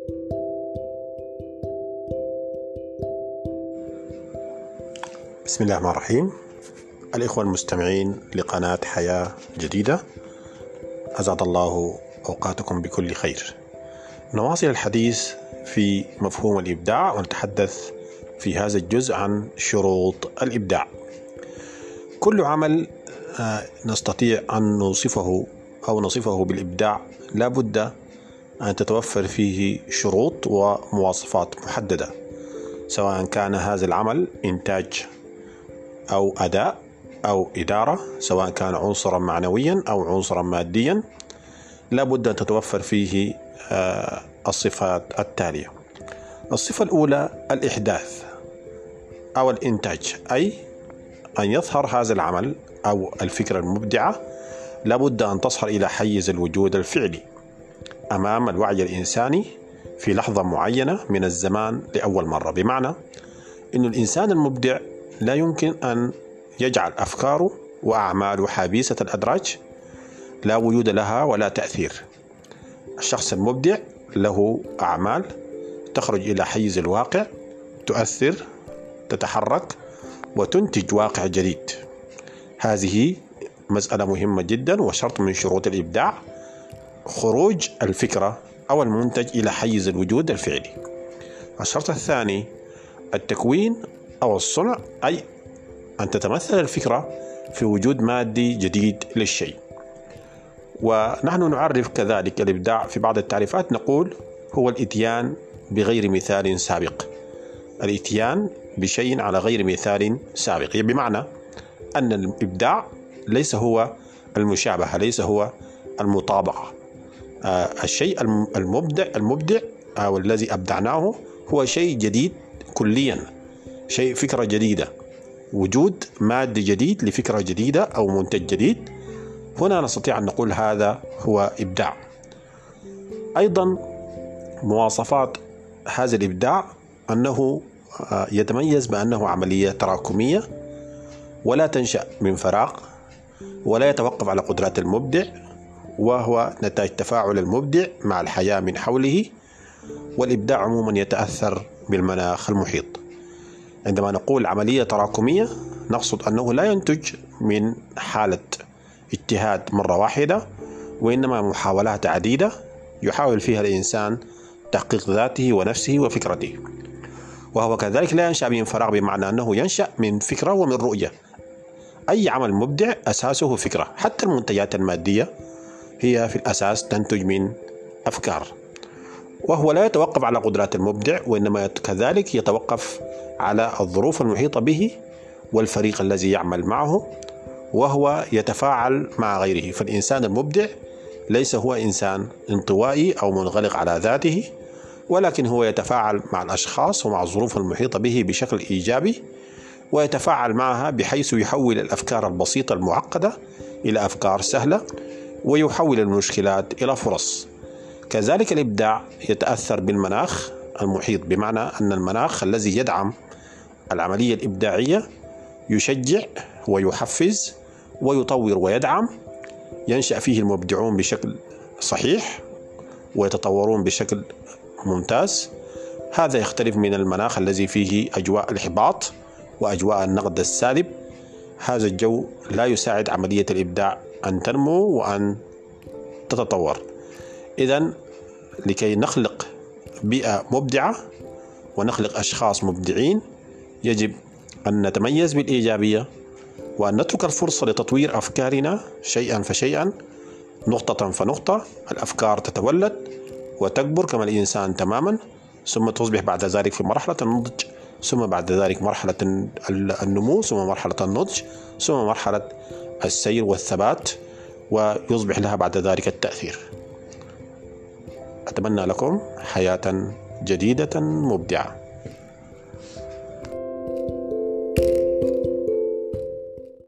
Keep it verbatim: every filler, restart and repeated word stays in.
بسم الله الرحمن الرحيم. الإخوة المستمعين لقناة حياة جديدة، أسعد الله أوقاتكم بكل خير. نواصل الحديث في مفهوم الإبداع، ونتحدث في هذا الجزء عن شروط الإبداع. كل عمل نستطيع أن نوصفه أو نصفه بالإبداع لا بد أن تتوفر فيه شروط ومواصفات محددة، سواء كان هذا العمل إنتاج أو أداء أو إدارة، سواء كان عنصرا معنويا أو عنصرا ماديا، لا بد أن تتوفر فيه الصفات التالية. الصفة الأولى الإحداث أو الإنتاج، أي أن يظهر هذا العمل أو الفكرة المبدعة لا بد أن تصل إلى حيز الوجود الفعلي أمام الوعي الإنساني في لحظة معينة من الزمان لأول مرة. بمعنى أن الإنسان المبدع لا يمكن أن يجعل أفكاره وأعماله حبيسة الأدراج لا وجود لها ولا تأثير. الشخص المبدع له أعمال تخرج إلى حيز الواقع، تؤثر، تتحرك، وتنتج واقع جديد. هذه مسألة مهمة جدا وشرط من شروط الإبداع، خروج الفكرة أو المنتج إلى حيز الوجود الفعلي. الشرط الثاني التكوين أو الصنع، أي أن تتمثل الفكرة في وجود مادي جديد للشيء. ونحن نعرف كذلك الإبداع في بعض التعريفات، نقول هو الإتيان بغير مثال سابق، الإتيان بشيء على غير مثال سابق، بمعنى أن الإبداع ليس هو المشابهة، ليس هو المطابقة. آه الشيء المبدع المبدع أو الذي أبدعناه هو شيء جديد كليا، شيء فكرة جديدة، وجود مادة جديد لفكرة جديدة أو منتج جديد. هنا نستطيع أن نقول هذا هو إبداع. أيضا مواصفات هذا الإبداع أنه يتميز بأنه عملية تراكمية ولا تنشأ من فراغ، ولا يتوقف على قدرات المبدع، وهو نتاج تفاعل المبدع مع الحياة من حوله. والإبداع عموما يتأثر بالمناخ المحيط. عندما نقول عملية تراكمية نقصد أنه لا ينتج من حالة اجتهاد مرة واحدة، وإنما محاولات عديدة يحاول فيها الإنسان تحقيق ذاته ونفسه وفكرته. وهو كذلك لا ينشأ من فراغ، بمعنى أنه ينشأ من فكرة ومن رؤية. أي عمل مبدع أساسه فكرة، حتى المنتجات المادية هي في الأساس تنتج من أفكار. وهو لا يتوقف على قدرات المبدع، وإنما كذلك يتوقف على الظروف المحيطة به والفريق الذي يعمل معه، وهو يتفاعل مع غيره. فالإنسان المبدع ليس هو إنسان انطوائي أو منغلق على ذاته، ولكن هو يتفاعل مع الأشخاص ومع الظروف المحيطة به بشكل إيجابي، ويتفاعل معها بحيث يحول الأفكار البسيطة المعقدة إلى أفكار سهلة، ويحول المشكلات إلى فرص. كذلك الإبداع يتأثر بالمناخ المحيط، بمعنى أن المناخ الذي يدعم العملية الإبداعية يشجع ويحفز ويطور ويدعم، ينشأ فيه المبدعون بشكل صحيح ويتطورون بشكل ممتاز. هذا يختلف من المناخ الذي فيه أجواء الإحباط وأجواء النقد السالب. هذا الجو لا يساعد عملية الإبداع أن تنمو وأن تتطور. إذن لكي نخلق بيئة مبدعة ونخلق أشخاص مبدعين يجب أن نتميز بالإيجابية، وأن نترك الفرصة لتطوير أفكارنا شيئا فشيئا، نقطة فنقطة. الأفكار تتولد وتكبر كما الإنسان تماما، ثم تصبح بعد ذلك في مرحلة النضج، ثم بعد ذلك مرحلة النمو، ثم مرحلة النضج، ثم مرحلة السير والثبات، ويصبح لها بعد ذلك التأثير. أتمنى لكم حياة جديدة مبدعة.